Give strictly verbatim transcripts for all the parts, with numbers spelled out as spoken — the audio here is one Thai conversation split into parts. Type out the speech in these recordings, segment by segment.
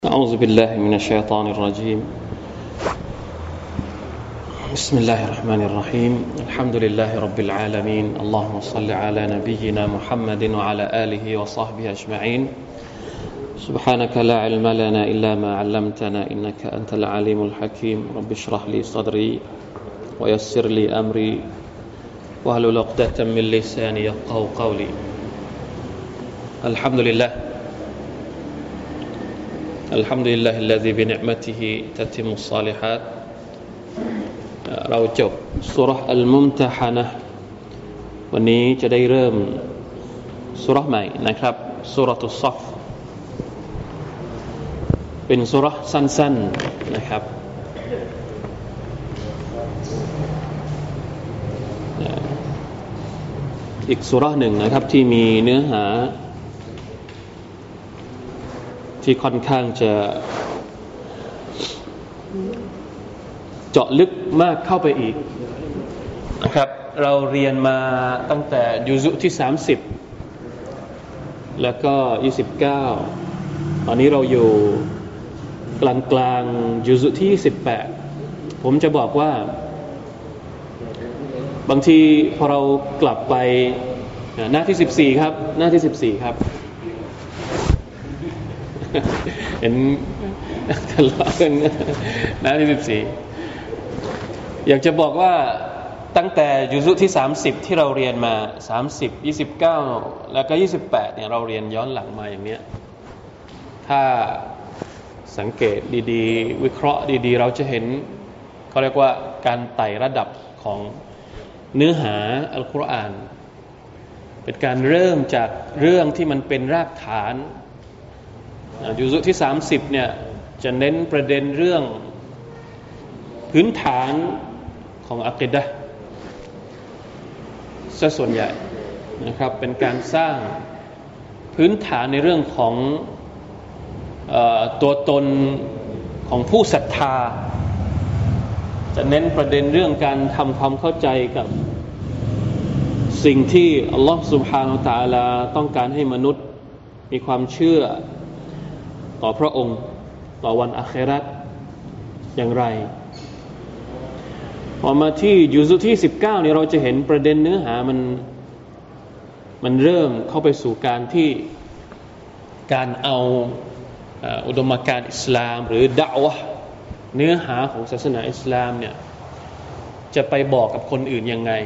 أعوذ بالله من الشيطان الرجيم بسم الله الرحمن الرحيم الحمد لله رب العالمين اللهم صل على نبينا محمد وعلى آله وصحبه أجمعين سبحانك لا علم لنا إلا ما علمتنا إنك أنت العليم الحكيم رب اشرح لي صدري ويسر لي أمري واحلل عقدة من لساني يفقهوا قولي الحمد لله الحمد لله الذي بنعمته تتم الصالحات เราจบซูเราะห์อัลมุมตะฮะนะห์วันนี้จะได้เริ่มซูเราะห์ใหม่นะครับซูเราะตุศอฟเป็นซูเราะห์สั้นๆนะครับอีกซูเราะห์หนึ่งนะครับที่มีเนื้อหาที่ค่อนข้างจะเจาะลึกมากเข้าไปอีกนะครับเราเรียนมาตั้งแต่ยุซุที่สามสิบแล้วก็ยี่สิบเก้าตอนนี้เราอยู่กลางกลางยุซุที่ยี่สิบแปดผมจะบอกว่าบางทีพอเรากลับไปหน้าที่สิบสี่ครับหน้าที่สิบสี่ครับเห็นทะเลาะกันหน้าที่สิบสี่อยากจะบอกว่าตั้งแต่ยุซุที่สามสิบที่เราเรียนมาสามสิบ ยี่สิบเก้าแล้วก็ยี่สิบแปดเนี่ยเราเรียนย้อนหลังมาอย่างเนี้ยถ้าสังเกตดีๆวิเคราะห์ดีๆเราจะเห็นเขาเรียกว่าการไต่ระดับของเนื้อหาอัลกุรอานเป็นการเริ่มจากเรื่องที่มันเป็นรากฐานยุซุที่สามสิบเนี่ยจะเน้นประเด็นเรื่องพื้นฐานของอะกีดะห์ซะส่วนใหญ่นะครับเป็นการสร้างพื้นฐานในเรื่องของเอ่อตัวตนของผู้ศรัทธาจะเน้นประเด็นเรื่องการทำความเข้าใจกับสิ่งที่อัลลอฮฺ سبحانه และ تعالى ต้องการให้มนุษย์มีความเชื่อต่อพระองค์ต่อวันอาคิเราะห์อย่างไรพอมาที่ยุซุที่สิบเก้านี่เราจะเห็นประเด็นเนื้อหามันมันเริ่มเข้าไปสู่การที่การเอาอุดมการณ์อิสลามหรือดะอ์วะห์เนื้อหาของศาสนาอิสลามเนี่ยจะไปบอกกับคนอื่นยังไง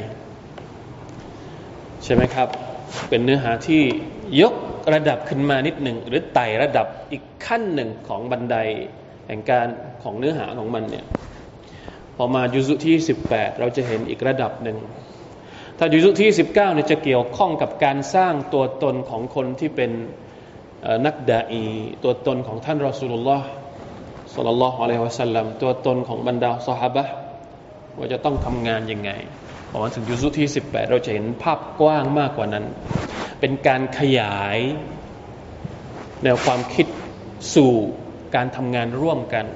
ใช่ไหมครับเป็นเนื้อหาที่ยกระดับขึ้นมานิดหนึ่งหรือไต่ระดับอีกขั้นหนึ่งของบันไดแห่งการของเนื้อหาของมันเนี่ยพอมายุซุที่สิบแปดเราจะเห็นอีกระดับหนึ่งถ้ายุซุที่สิบเก้าเนี่ยจะเกี่ยวข้องกับการสร้างตัวตนของคนที่เป็นนักดาอีตัวตนของท่านรอซูลุลลอฮ์ศ็อลลัลลอฮุอะลัยฮิวะซัลลัมตัวตนของบรรดาซอฮาบะห์ว่าจะต้องทำงานยังไงพอมาถึงยุซุที่สิบแปดเราจะเห็นภาพกว้างมากกว่านั้นเป็นการขยายแนวความคิดสู่การทำงานร่วมกัน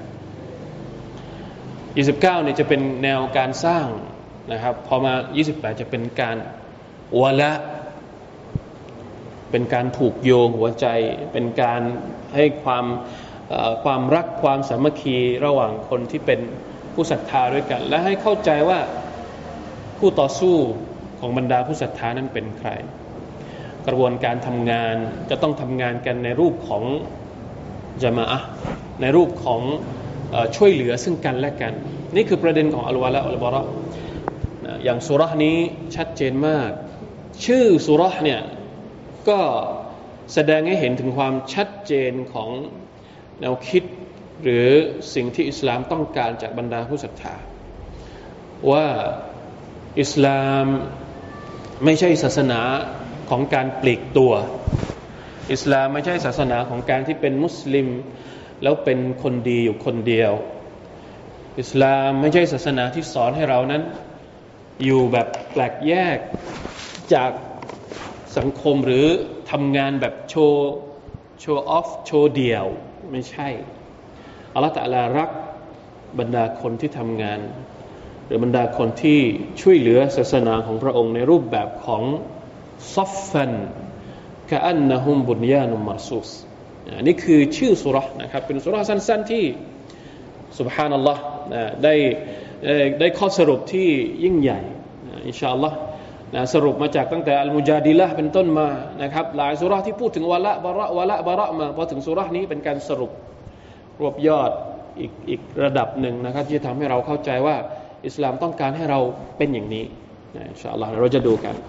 ยี่สิบเก้าเนี่ยจะเป็นแนวการสร้างนะครับพอมายี่สิบแปดจะเป็นการวะละเป็นการผูกโยงหัวใจเป็นการให้ความความรักความสามัคคีระหว่างคนที่เป็นผู้ศรัทธาด้วยกันและให้เข้าใจว่าผู้ต่อสู้ของบรรดาผู้ศรัทธานั้นเป็นใครกระบวนการทำงานจะต้องทำงานกันในรูปของญะมาอะห์ในรูปของเอ่อช่วยเหลือซึ่งกันและกันนี่คือประเด็นของอัลวะละอัลบะเราะห์อย่างซูเราะห์นี้ชัดเจนมากชื่อซูเราะห์เนี่ยก็แสดงให้เห็นถึงความชัดเจนของแนวคิดหรือสิ่งที่อิสลามต้องการจากบรรดาผู้ศรัทธาว่าอิสลามไม่ใช่ศาสนาของการปลีกตัวอิสลามไม่ใช่ศาสนาของการที่เป็นมุสลิมแล้วเป็นคนดีอยู่คนเดียวอิสลามไม่ใช่ศาสนาที่สอนให้เรานั้นอยู่แบบแปลกแยกจากสังคมหรือทำงานแบบโชว์โชว์ออฟโชว์เดี่ยวไม่ใช่อัลเลาะห์ตะอาลารักบรรดาคนที่ทำงานหรือบรรดาคนที่ช่วยเหลือศาสนาของพระองค์ในรูปแบบของซัฟฟันกะอันนะฮุมบุนยานุมมัรซูสอันนี้คือชื่อสุเราะห์นะครับเป็นสุเราะห์สั้นๆที่ซุบฮานัลลอฮ์ได้ได้ข้อสรุปที่ยิ่งใหญ่อินชาอัลลอฮ์นะสรุปมาจากตั้งแต่อัลมุจาดิละห์เป็นต้นมานะครับหลายสุเราะห์ที่พูดถึงวะละบะเราะวะละบะเราะมาพอถึงสุเราะห์นี้เป็นการสรุปรวบยอดอีกอีกระดับหนึ่งนะครับที่จะทำให้เราเข้าใจว่าอิสลามต้องการให้เราเป็นอย่างนี้นะอินชาอัลลอฮ์เราจะดูกัน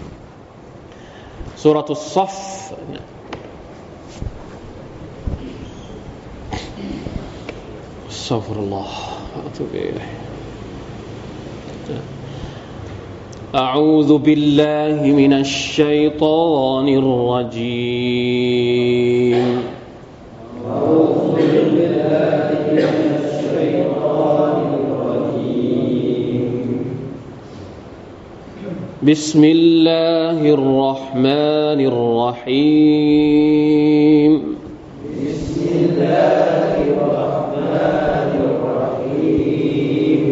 ซูเราะตุศศอฟอัสตัฆฟิรุลลอฮ์อะตูบิอิลัยฮิأعوذ بالله من الشيطان الرجيم أعوذ بالله من الشيطان الرجيم بسم الله الرحمن الرحيم بسم الله الرحمن الرحيم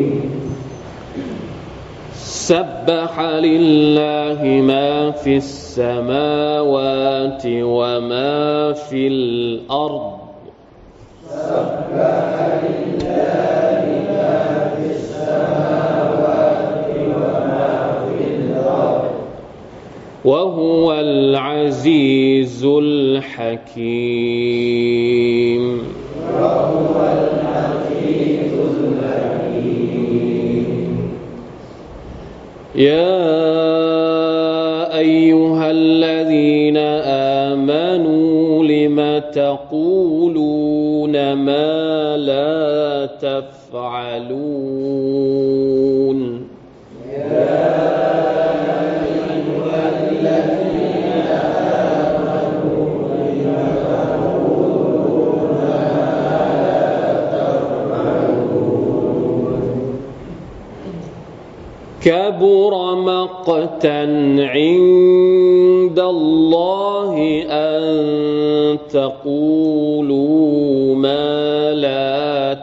سبح لله ما في السماوات وما في الأرض سبح لله ما في السماوات وما في الأرض وهو العزيز الحكيم وهو العزيز الحكيم يا أيها الذين آمنوا لم تقولون ما لا تفعلون يا أيها الذين آمنوا لم تقولون ما لا تفعلون كبر مقتا عند الله أن تقولوا ما لا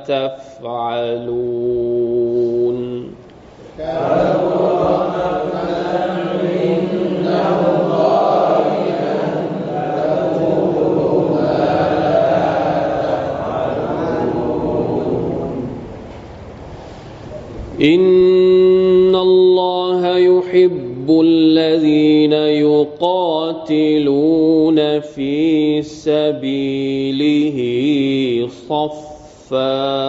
تفعلون كبر مقتا عند الله أن تقولوا ما لا تفعلون إن الله يحب الذين يقاتلون في سبيله صفا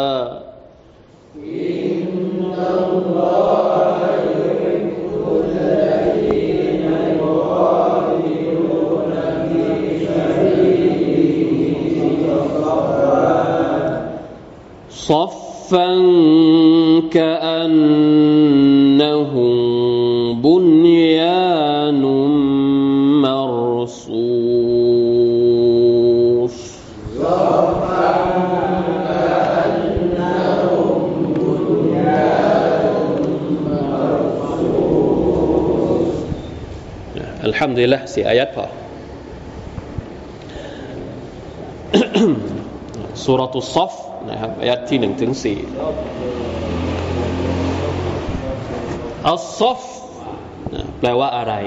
إن الله يحب الذين يقاتلون في سبيله صفا صفا كأنهم بنيان مرصوص صفا كأنهم بنيان مرصوص الحمد لله สี่อายะห์พอซูเราะตุศศอฟนะครับอายะห์ที่หนึ่งถึงสี่อัศศอฟแปลว่าอะไร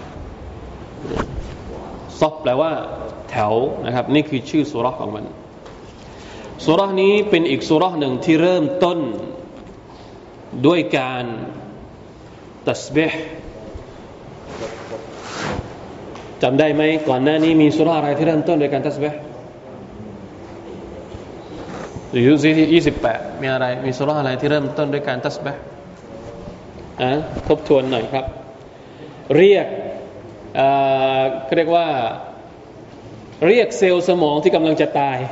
ศอฟแปลว่าแถวนะครับนี่คือชื่อซูเราะห์ของมันซูเราะห์นี้เป็นอีกซูเราะห์หนึ่งที่เริ่มต้นด้วยการตัสบีห์จำได้ไหมก่อนหน้านี้มีซูเราะห์อะไรที่เริ่มต้นด้วยการตัสบีห์ยุคที่ยี่สิบแปดมีอะไรมีซูเราะห์อะไรที่เริ่มต้นด้วยการตัสบีห์อ่ะทบทวนหน่อยครับเรียกเอ่อเรียกว่าเรียกเซลล์สมองที่กำลังจะตาย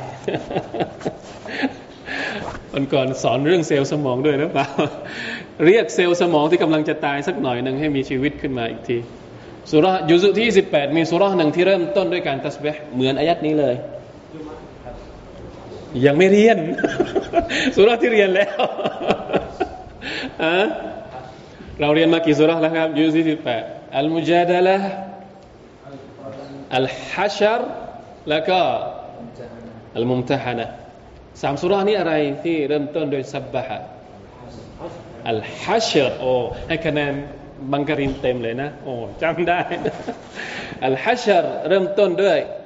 วันก่อนสอนเรื่องเซลล์สมองด้วยหรือเปล่าเรียกเซลล์สมองที่กำลังจะตายสักหน่อยนึงให้มีชีวิตขึ้นมาอีกทีซูเราะห์ยุคที่ยี่สิบแปดมีซูเราะห์หนึ่งที่เริ่มต้นด้วยการตัสบีห์เหมือนอายัดนี้เลยยังไม่เรียนซูเราะห์ที่เรียนแล้วอะเราเรียนมากี่ซูเราะห์แล้วครับยุคที่ยี่สิบแปดอัลมุจาดะละห์อัลฮัชรแล้วก็อัลมุมตะฮะนะห์สามซูเราะห์นี้อะไรที่เริ่มต้นด้วยซับบะฮะอัลฮัชรโอ้ให้คะแนนบังการินเต็มเลยนะโอ้จำได้อัลฮัชรเริ่มต้นด้วย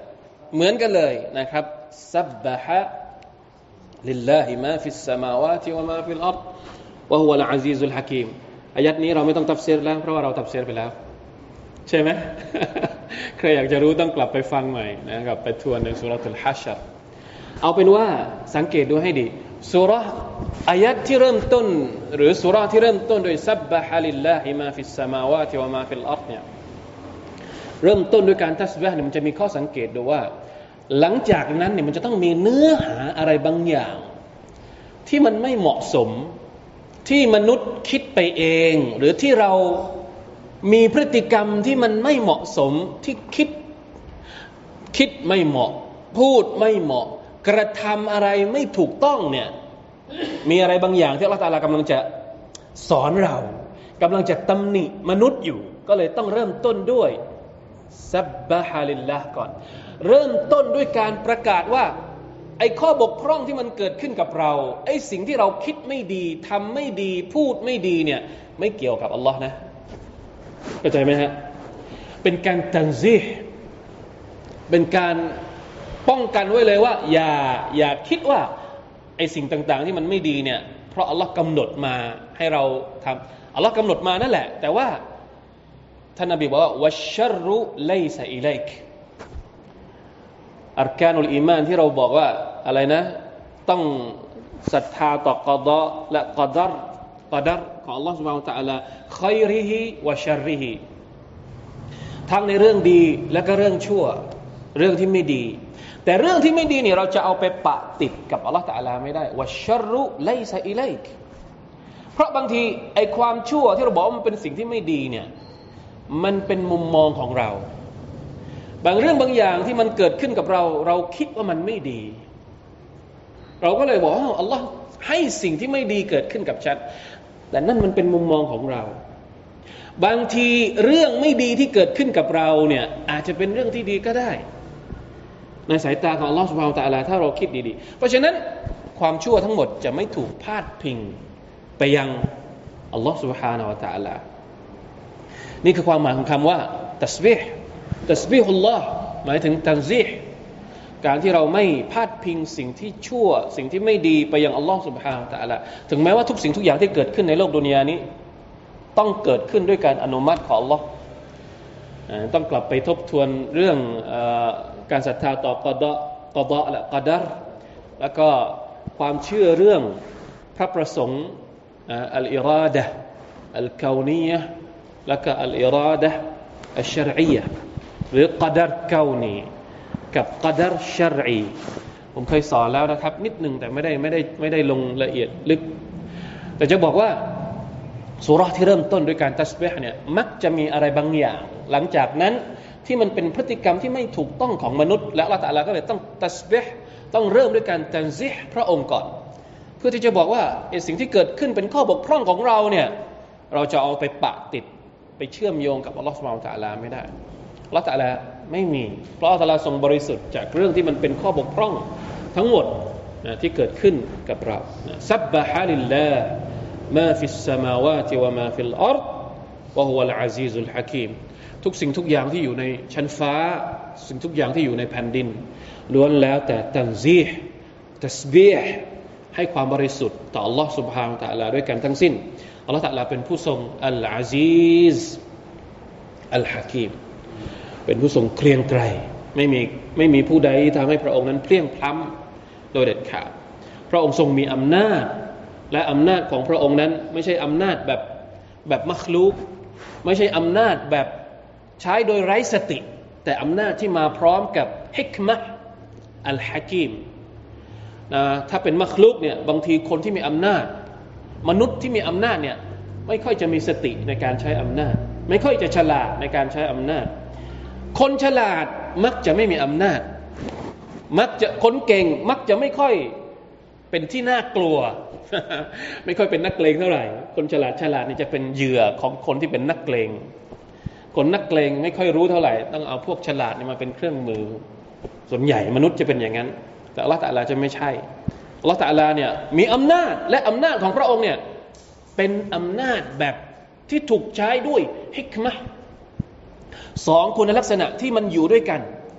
เหมือนกันเลยนะครับซับบะฮะลิลลาฮิมาฟิสสมาวาติวะมาฟิลอัรฎวะฮุวัลอะซีซุลฮะกีมอายัดนี้เราไม่ต้องตัฟซีรแล้วเพราะว่าเราตัฟซีรไปแล้วใช่ไหม ใครอยากจะรู้ต้องกลับไปฟังใหม่นะครับไปทวนในซูเราะตุลฮัชรเอาเป็นว่าสังเกตดูให้ดีซูเราะห์อายัดที่เริ่มต้นหรือซูเราะห์ที่เริ่มต้นโดยซับบะฮะลิลลาฮิมาฟิสสมาวาติวะมาฟิลอัรฎเนี่ยเริ่มต้นด้วยการตัสบีฮ์เนี่ยมันจะมีข้อสังเกตดูว่าหลังจากนั้นเนี่ยมันจะต้องมีเนื้อหาอะไรบางอย่างที่มันไม่เหมาะสมที่มนุษย์คิดไปเองหรือที่เรามีพฤติกรรมที่มันไม่เหมาะสมที่คิดคิดไม่เหมาะพูดไม่เหมาะกระทำอะไรไม่ถูกต้องเนี่ยมีอะไรบางอย่างที่อัลเลาะห์ตะอาลากำลังจะสอนเรากำลังจะตำหนิมนุษย์อยู่ก็เลยต้องเริ่มต้นด้วยซับบะฮะลิลลาห์ก่อนเริ่มต้นด้วยการประกาศว่าไอ้ข้อบกพร่องที่มันเกิดขึ้นกับเราไอ้สิ่งที่เราคิดไม่ดีทำไม่ดีพูดไม่ดีเนี่ยไม่เกี่ยวกับอัลลอฮ์นะเข้าใจไหมฮะเป็นการตันซีฮ์เป็นการป้องกันไว้เลยว่าอย่าอย่าคิดว่าไอ้สิ่งต่างๆที่มันไม่ดีเนี่ยเพราะอัลลอฮ์กำหนดมาให้เราทำอัลลอฮ์กำหนดมานั่นแหละแต่ว่าท่านนบีบอกว่าวัชชัรรุไลซะอิลัยกอัรกานุลอีมานที่เราบอกว่าอะไรนะต้องศรัทธาต่อกอฎอและกอดัรกอดัรของอัลลอฮฺ سبحانه และ تعالى ค็อยริฮิวะชัรริฮิทั้งในเรื่องดีและก็เรื่องชั่วเรื่องที่ไม่ดีแต่เรื่องที่ไม่ดีเนี่ยเราจะเอาไปปะติดกับอัลลอฮฺ تعالى ไม่ได้วัชชัรรุไลซะอิลัยกเพราะบางทีไอ้ความชั่วที่เราบอกว่ามันเป็นสิ่งที่ไม่ดีเนี่ยมันเป็นมุมมองของเราบางเรื่องบางอย่างที่มันเกิดขึ้นกับเราเราคิดว่ามันไม่ดีเราก็เลยบอกว่าอัลลอฮ์ให้สิ่งที่ไม่ดีเกิดขึ้นกับฉันแต่นั่นมันเป็นมุมมองของเราบางทีเรื่องไม่ดีที่เกิดขึ้นกับเราเนี่ยอาจจะเป็นเรื่องที่ดีก็ได้ในสายตาของอัลลอฮ์ซุบฮานะฮูวะตะอาลาถ้าเราคิดดีๆเพราะฉะนั้นความชั่วทั้งหมดจะไม่ถูกพาดพิงไปยังอัลลอฮ์ซุบฮานะฮูวะตะอาลานี่คือความหมายของคำว่าตัสบีฮ์ตัสบีฮุลลอฮ์หมายถึงตันซีฮ์การที่เราไม่พาดพิงสิ่งที่ชั่วสิ่งที่ไม่ดีไปยังอัลลอฮ์ سبحانه และ تعالى ถึงแม้ว่าทุกสิ่งทุกอย่างที่เกิดขึ้นในโลกดุนยานี้ต้องเกิดขึ้นด้วยการอนุมัติของอัลลอฮ์ต้องกลับไปทบทวนเรื่องเอ่อการศรัทธาต่อกอฎอกอฎอและกอดัรแล้วก็ความเชื่อเรื่องพระประสงค์อัลอิราดะห์อัลกาวนียะห์แล้วก็อัลอิราดะห์อัชชัรอียะห์หรือกอดัรกาวนีกับกอดัรชัรอีผมเคยสอนแล้วนะครับนิดนึงแต่ไม่ได้ไม่ได้ไม่ได้ลงละเอียดลึกแต่จะบอกว่าซูเราะห์ที่เริ่มต้นด้วยการตัสบีฮ์เนี่ยมักจะมีอะไรบางอย่างหลังจากนั้นที่มันเป็นพฤติกรรมที่ไม่ถูกต้องของมนุษย์และอัลเลาะห์ตะอาลาก็เลยต้องตัสบีฮ์ต้องเริ่มด้วยการตันซีฮ์พระองค์ก่อนเพื่อที่จะบอกว่าไอ้สิ่งที่เกิดขึ้นเป็นข้อบกพร่องของเราเนี่ยเราจะเอาไปปะติดไปเชื่อมโยงกับอัลเลาะห์ซุบฮานะฮูวะตะอาลาไม่ได้อัลเลาะห์ตะอาลาไม่มีเพราะอัลเลาะห์ตะอาลาทรงบริสุทธิ์จากเรื่องที่มันเป็นข้อบกพร่องทั้งหมดนะที่เกิดขึ้นกับเราซับบะฮะลิลลาห์มาฟิสสมาวาติวะมาฟิลอัรฎวะฮุวัลอะซีซุลฮะกีมทุกสิ่งทุกอย่างที่อยู่ในชั้นฟ้าสิ่งทุกอย่างที่อยู่ในแผ่นดินล้วนแล้วแต่ตันซีฮ์ตัสบีฮ์ให้ความบริสุทธิ์ต่อ Allah Subhanahu Wa Taala ด้วยกันทั้งสิ้น Allah Taala เป็นผู้ทรงอัลอาซีซอัลฮะกีมเป็นผู้ทรงเกรียงไกรไม่มีไม่มีผู้ใดทำให้พระองค์นั้นเพลียงพล้ำโดยเด็ดขาดพระองค์ทรงมีอำนาจและอำนาจของพระองค์นั้นไม่ใช่อำนาจแบบแบบมัคลูกไม่ใช่อำนาจแบบใช้โดยไร้สติแต่อำนาจที่มาพร้อมกับฮิกมะห์อัลฮะกีมนะถ้าเป็นมัคลุกเนี่ยบางทีคนที่มีอำนาจมนุษย์ที่มีอำนาจเนี่ยไม่ค่อยจะมีสติในการใช้อำนาจไม่ค่อยจะฉลาดในการใช้อำนาจคนฉลาดมักจะไม่มีอำนาจมักจะคนเก่งมักจะไม่ค่อยเป็นที่น่ากลัว ไม่ค่อยเป็นนักเลงเท่าไหร่คนฉลาดฉลาดนี่จะเป็นเหยื่อของคนที่เป็นนักเลงคนนักเลงไม่ค่อยรู้เท่าไหร่ต้องเอาพวกฉลาดนี่มาเป็นเครื่องมือส่วนใหญ่มนุษย์จะเป็นอย่างนั้นแต่อัลเลาะห์ตะอาลาจะไม่ใช่อัลเลาะห์ตะอาลาเนี่ยมีอำนาจและอำนาจของพระองค์เนี่ยเป็นอำนาจแบบที่ถูกใช้ด้วยฮิกมะห์สองคุณลักษณะที่มันอยู่ด้วยกัน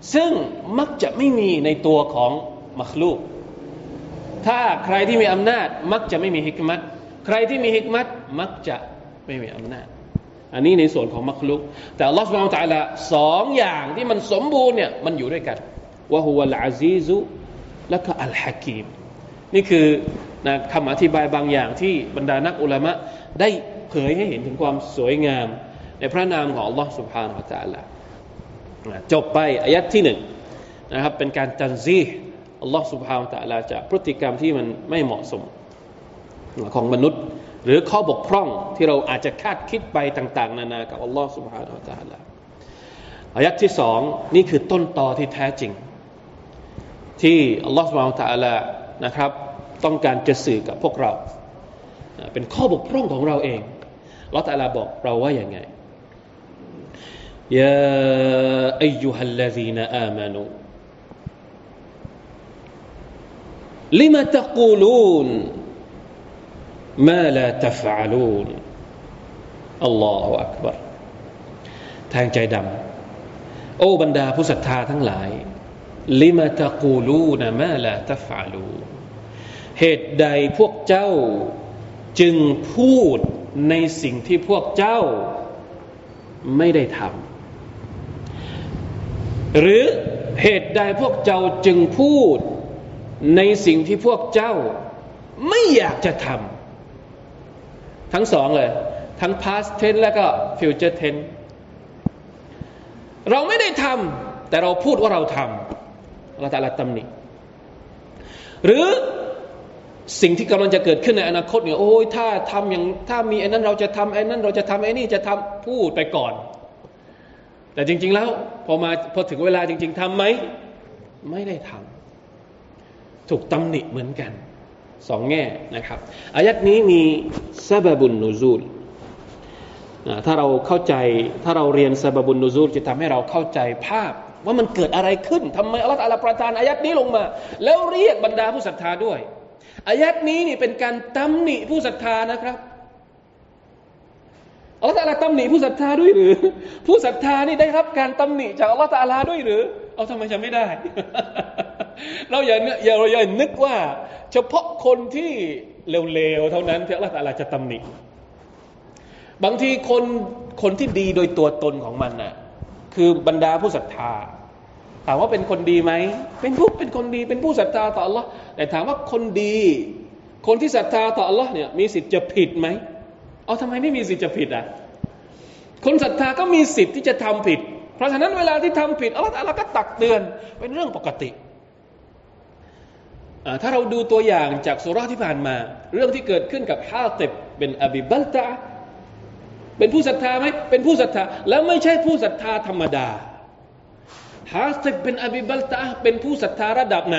ซึ่งมักจะไม่มีในตัวของมัคลูกถ้าใครที่มีอำนาจมักจะไม่มีฮิกมัตใครที่มีฮิกมัตมักจะไม่มีอำนาจอันนี้ในส่วนของมัคลุกแต่อัลลอฮฺซุบฮานะฮูวะตะอาลาสองอย่างที่มันสมบูรณ์เนี่ยมันอยู่ด้วยกันวะฮุวัลอาซีซุและก็อัลฮะกีมนี่คือนะคำอธิบายบางอย่างที่บรรดานักอุลามะได้เผยให้เห็นถึงความสวยงามในพระนามของอัลลอฮฺซุบฮานะฮูวะตะอาลาจบไปอายะห์ที่หนึ่งนะครับเป็นการตันซีฮ์อัลลอฮฺซุบฮานะฮูวะตะอาลาจากพฤติกรรมที่มันไม่เหมาะสมของมนุษย์หรือข้อบกพร่องที่เราอาจจะคาดคิดไปต่างๆนานากับอัลลอฮฺ سبحانه และ تعالى อายะห์ที่สองนี่คือต้นตอที่แท้จริงที่อัลลอฮฺ سبحانه และ تعالى นะครับต้องการจะสื่อกับพวกเราเป็นข้อบกพร่องของเราเองอัลลอฮฺ تعالى บอกเราว่าอย่างไงยาอัยยูฮัลลซีนอามานูลิมะตะกูลูนมาลาตัฟอะลูนอัลลอฮฺอักบัรทางใจดำโอ้บรรดาผู้ศรัทธาทั้งหลายลิมะตะกูลูนมาลาตัฟอะลูนเหตุใดพวกเจ้าจึงพูดในสิ่งที่พวกเจ้าไม่ได้ทำหรือเหตุใดพวกเจ้าจึงพูดในสิ่งที่พวกเจ้าไม่อยากจะทำทั้งสองเลยทั้ง past tense แล้วก็ future tense เราไม่ได้ทำแต่เราพูดว่าเราทำเราแต่ละตำหนิหรือสิ่งที่กำลังจะเกิดขึ้นในอนาคตเนี่ยโอ้ยถ้าทำอย่างถ้ามีไอ้นั้นเราจะทำไอ้นั้นเราจะทำไอ้นี่จะทำพูดไปก่อนแต่จริงๆแล้วพอมาพอถึงเวลาจริงๆทำไหมไม่ได้ทำถูกตำหนิเหมือนกันสองแง่นะครับอายัดนี้มีซะบะบุนนูซูลถ้าเราเข้าใจถ้าเราเรียนซะบะบุนนูซูลจะทำให้เราเข้าใจภาพว่ามันเกิดอะไรขึ้นทำไมอัลเลาะห์ตะอาลาประทานอายัดนี้ลงมาแล้วเรียกบรรดาผู้ศรัทธาด้วยอายัดนี้นี่เป็นการตำหนิผู้ศรัทธานะครับอัลเลาะห์ตะอาลาตำหนิผู้ศรัทธาด้วยหรือผู้ศรัทธานี่ได้รับการตำหนิจากอัลเลาะห์ตะอาลาด้วยหรือเอาทำไมจะไม่ได้ เราอย่าอย่าเราอย่านึกว่าเฉพาะคนที่เลวๆเท่านั้นที่อัลเลาะห์ตะอาลาจะตำหนิบางทีคนคนที่ดีโดยตัวตนของมันน่ะคือบรรดาผู้ศรัทธาถามว่าเป็นคนดีไหมเป็นผู้เป็นคนดีเป็นผู้ศรัทธาต่ออัลเลาะห์แต่ถามว่าคนดีคนที่ศรัทธาต่ออัลเลาะห์เนี่ยมีสิทธิ์จะผิดไหมเอาทำไมไม่มีสิทธิ์จะผิดอ่ะคนศรัทธาก็มีสิทธิ์ที่จะทำผิดเพราะฉะนั้นเวลาที่ทำผิดอัลเลาะห์ตะอาลาก็ตักเตือนเป็นเรื่องปกติถ้าเราดูตัวอย่างจากซูเราะห์ที่ผ่านมาเรื่องที่เกิดขึ้นกับฮาติบบินอบีบัลตะเป็นผู้ศรัทธาไหมเป็นผู้ศรัทธาแล้วไม่ใช่ผู้ศรัทธาธรรมดาฮาติบบินอบีบัลตะเป็นผู้ศรัทธาระดับไหน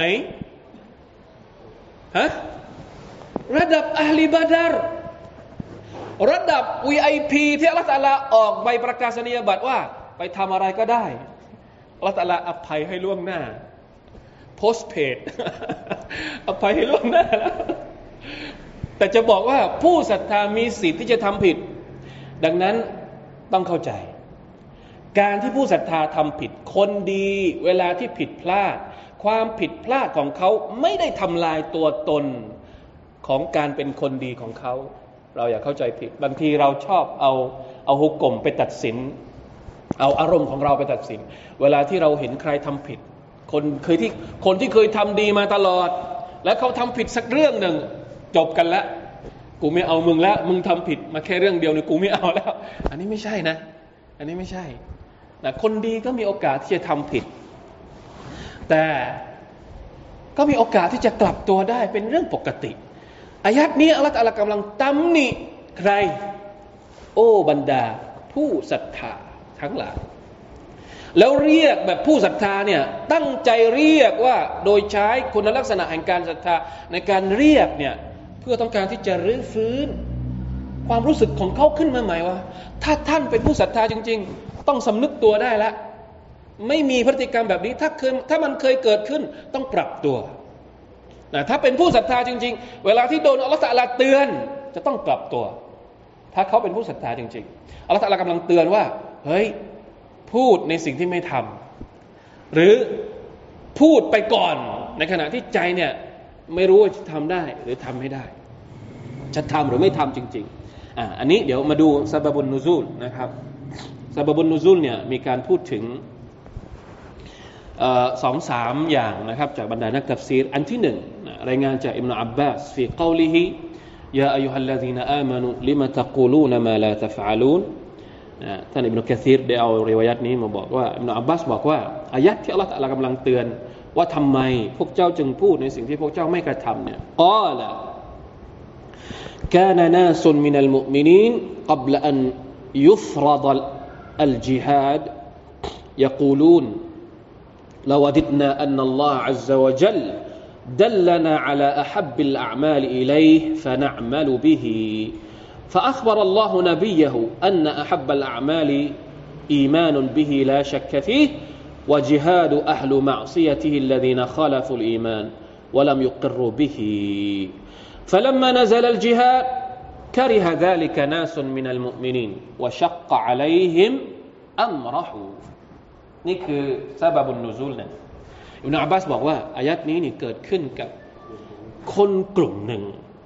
ฮะระดับอะห์ลีบาดรระดับ วี ไอ พี ที่อัลเลาะห์ตะอาลาออกใบประกาศนียบัตรว่าไปทำอะไรก็ได้อัลเลาะห์ตะอาลาอภัยให้ล่วงหน้าโพสเพดอภัยให้ล่วงหน้าแล้วแต่จะบอกว่าผู้ศรัทธามีสิทธิ์ที่จะทำผิดดังนั้นต้องเข้าใจการที่ผู้ศรัทธาทำผิดคนดีเวลาที่ผิดพลาดความผิดพลาดของเขาไม่ได้ทำลายตัวตนของการเป็นคนดีของเขาเราอย่าเข้าใจผิดบางทีเราชอบเอาเอาฮุกกลมไปตัดสินเอาอารมณ์ของเราไปตัดสินเวลาที่เราเห็นใครทำผิดคนเคยที่คนที่เคยทำดีมาตลอดแล้วเขาทำผิดสักเรื่องหนึ่งจบกันแล้วกูไม่เอามึงแล้วมึงทำผิดมาแค่เรื่องเดียวเนี่ยกูไม่เอาแล้วอันนี้ไม่ใช่นะอันนี้ไม่ใช่นะคนดีก็มีโอกาสที่จะทำผิดแต่ก็มีโอกาสที่จะกลับตัวได้เป็นเรื่องปกติอายัดนี้อัลเลาะห์ตะอาลากำลังตำหนิใครโอ้บรรดาผู้ศรัทธาทั้งหลายแล้วเรียกแบบผู้ศรัทธาเนี่ยตั้งใจเรียกว่าโดยใช้คุณลักษณะแห่งการศรัทธาในการเรียกเนี่ยเพื่อต้องการที่จะรื้อฟื้นความรู้สึกของเขาขึ้นมาใหม่ว่าถ้าท่านเป็นผู้ศรัทธาจริงๆต้องสำนึกตัวได้แล้วไม่มีพฤติกรรมแบบนี้ถ้าเคยถ้ามันเคยเกิดขึ้นต้องปรับตัวนะถ้าเป็นผู้ศรัทธาจริงๆเวลาที่โดนอัลเลาะห์ตะอาลาเตือนจะต้องปรับตัวถ้าเขาเป็นผู้ศรัทธาจริงๆอัลเลาะห์ตะอาลากำลังเตือนว่าเฮ้ยพูดในสิ่งที่ไม่ทำหรือพูดไปก่อนในขณะที่ใจเนี่ยไม่รู้ว่าจะทำได้หรือทำไม่ได้จะทำหรือไม่ทำจริงๆอ่าอันนี้เดี๋ยวมาดูซะบาบุนนูซูลนะครับซะบาบุนนูซูลเนี่ยมีการพูดถึงสองสามอย่างนะครับจากบรรดานักตัฟซีรอันที่หนึ่งรายงานจากอิบนุอับบาสฟีกอลิฮิยาอัยยูฮัลลซีนอามานูลิมะตะกูลูนมาลาตัฟอะลูนท่านอิบนุกะซีรได้เอาริวายัตนี้มาบอกว่าอิบนุอับบาสบอกว่าอายะห์ที่อัลเลาะห์ตะอาลากำลังเตือนว่าทำไมพวกเจ้าจึงพูดในสิ่งที่พวกเจ้าไม่กระทำเนี่ยกอละكان ناس من المؤمنين قبل أن يفرض الجهاد يقولون لوددنا أن الله عز وجل دلنا على أحب الأعمال إليه فنعمل به فأخبر الله نبيه أن أحب الأعمال إيمان به لا شك فيه وجهاد أهل معصيته الذين خالفوا الإيمان ولم يقروا به فلما نزل الجهاد كره ذلك ناس من المؤمنين وشق عليهم أمره นี่คือซะบาบุนนูซูลนะอิบนุอับบาสบอกว่าอายัดนี้นี่เกิดขึ้นกับคนกลุ่มหนึ่ง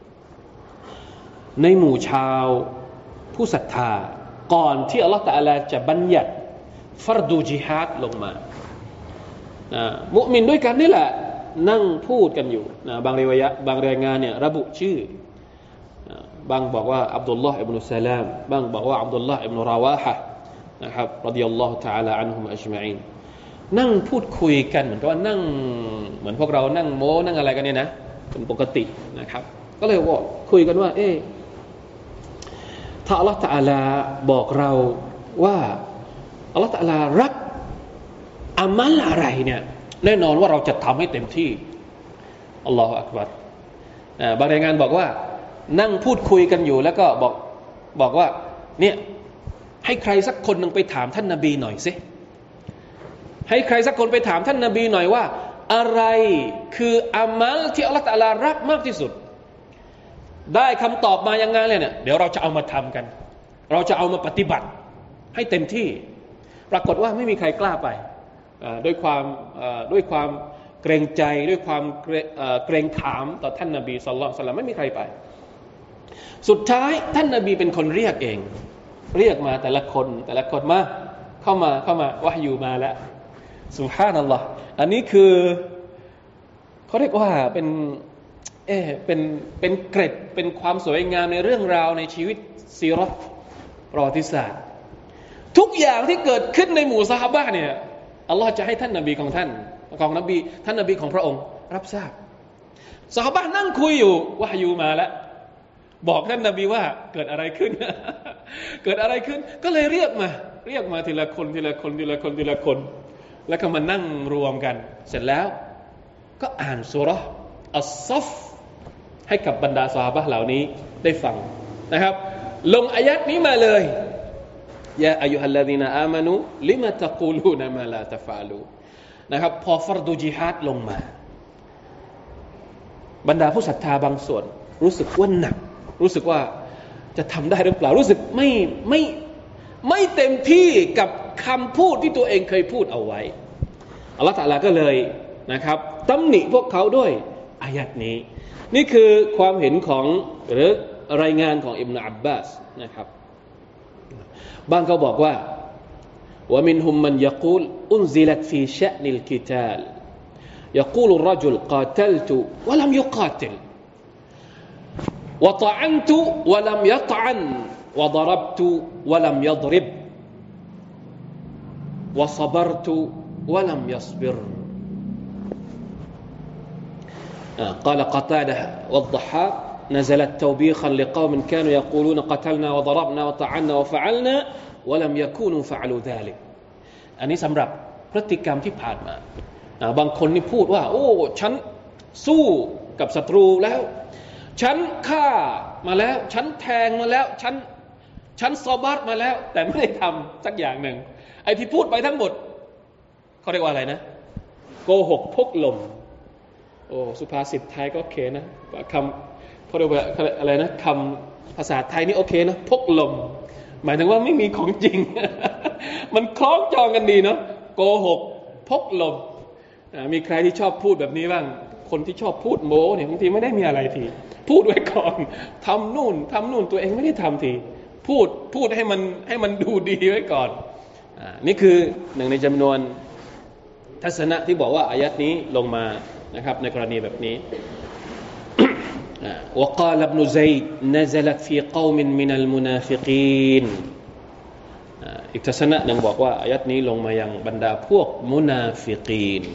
ในหมู่ชาวผู้ศรัทธาก่อนที่อัลเลาะห์ตะอาลาจะบัญญัติฟัรดูญิฮาดลงมานะมุมินด้วยกันนี่แหละนั่งพูดกันอยู่นะบางริวายะบางรายงานเนี่ยระบุชื่นะบางบอกว่าอับดุลลอฮ์อิบนุซะลามบางบอกว่าอับดุลลอฮ์อิบนุราวาฮะนะครับรฎิยัลลอฮุตะอาลาอันฮุมอัจมะอีนนั่งพูดคุยกันเหมือนกับว่านั่งเหมือนพวกเรานั่งโม้นั่งอะไรกันเนี่ยนะเป็นปกตินะครับก็เลยว่าคุยกันว่าเอ๊ะถ้าอัลเลาะห์ตะอาลาบอกเราว่าอัลเลาะห์ตะอาลารักอามัลอะไรเนี่ยแน่นอนว่าเราจะทำให้เต็มที่อัลลอฮฺอักบัรบางรายงานบอกว่านั่งพูดคุยกันอยู่แล้วก็บอกบอกว่าเนี่ยให้ใครสักคนนึงไปถามท่านนบีหน่อยสิให้ใครสักคนไปถามท่านนบีหน่อยว่าอะไรคืออามัลที่อัลลอฮฺตะอาลารักมากที่สุดได้คำตอบมายังไงเลยเนี่ยเดี๋ยวเราจะเอามาทำกันเราจะเอามาปฏิบัติให้เต็มที่ปรากฏว่าไม่มีใครกล้าไปด้วยความด้วยความเกรงใจด้วยความเกรงขามต่อท่านนบีศ็อลลัลลอฮุอะลัยฮิวะซัลลัมไม่มีใครไปสุดท้ายท่านนบีเป็นคนเรียกเองเรียกมาแต่ละคนแต่ละคนมาเข้ามาเข้ามาวะฮยูมาแล้วซุบฮานัลลอฮ์อันนี้คือเขาเรียกว่าเป็นเออเป็นเป็นเกร็ดเป็นความสวยงามในเรื่องราวในชีวิตซีเราะห์ประวัติศาสตร์ทุกอย่างที่เกิดขึ้นในหมู่ซอฮาบะห์เนี่ยอัลลอฮ์จะให้ท่านนบีของท่านของนบีท่านนบีของพระองค์รับทราบซอฮาบะห์นั่งคุยอยู่วะฮยูมาแล้วบอกท่านนบีว่าเกิดอะไรขึ้น เกิดอะไรขึ้นก็เลยเรียกมาเรียกมาทีละคนทีละคนทีละคนทีละคนแล้วก็มานั่งรวมกันเสร็จแล้วก็อ่านซูเราะห์อัศศอฟให้กับบรรดาซอฮาบะห์เหล่านี้ได้ฟังนะครับลงอายัดนี้มาเลยยาอัยยูฮัลลซีนาอามานูลิมะตะกูลูนมาลาตะฟะลูนะครับพอฟัรดูญิฮาดลงมาบรรดาผู้ศรัทธาบางส่วนรู้สึกว่าหนักรู้สึกว่าจะทำได้หรือเปล่ารู้สึกไม่ไม่ไม่เต็มที่กับคำพูดที่ตัวเองเคยพูดเอาไว้อัลเลาะห์ตะอาลาก็เลยนะครับตำหนิพวกเขาด้วยอายัดนี้นี่คือความเห็นของหรือรายงานของอิบนุอับบาสนะครับบางเขาบอกว่าว่ามินฮุมมันยะกูลอุนซิลัตฟีชะนิลกิตาลยะกูลุรรจุลกาตัลตุวะลัมยุกาติลوطعنت ولم يطعن وضربت ولم يضرب وصبرت ولم يصبر قال قتادة والضحاك نزلت توبيخا لقوم كانوا يقولون قتلنا وضربنا وطعنا وفعلنا ولم يكونوا فعلوا ذلك อันนี้สำหรับพฤติกรรมที่ผ่านมาบางคนนี่พูดว่าโอ้ฉันสู้กับศัตรูแล้วฉันฆ่ามาแล้วฉันแทงมาแล้วฉันฉันซอบัตมาแล้วแต่ไม่ได้ทำสักอย่างหนึ่งไอ้ที่พูดไปทั้งหมดเขาเรียกว่าอะไรนะโกหกพกลมโอ้สุภาษิตไทยก็โอเคนะคำเขาเรียกว่าอะไรนะคำภาษาไทยนี่โอเคนะพกลมหมายถึงว่าไม่มีของจริง มันคล้องจองกันดีเนาะโกหกพกลมมีใครที่ชอบพูดแบบนี้บ้างคนที่ชอบพูดโม้เนี่ยบางทีไม่ได้มีอะไรทีพูดไว้ก่อนทำนู่นทำนู่นตัวเองไม่ได้ทำทีพูดพูดให้มันให้มันดูดีไว้ก่อนอ่านี่คือหนึ่งในจำนวนทัศนะที่บอกว่าอายัดนี้ลงมานะครับในกรณีแบบนี้ وقال ابن زيد نزلت في قوم من المنافقين อีกทัศนะหนึ่งบอกว่าอายัดนี้ลงมายังบรรดาพวกมุนาฟิกีน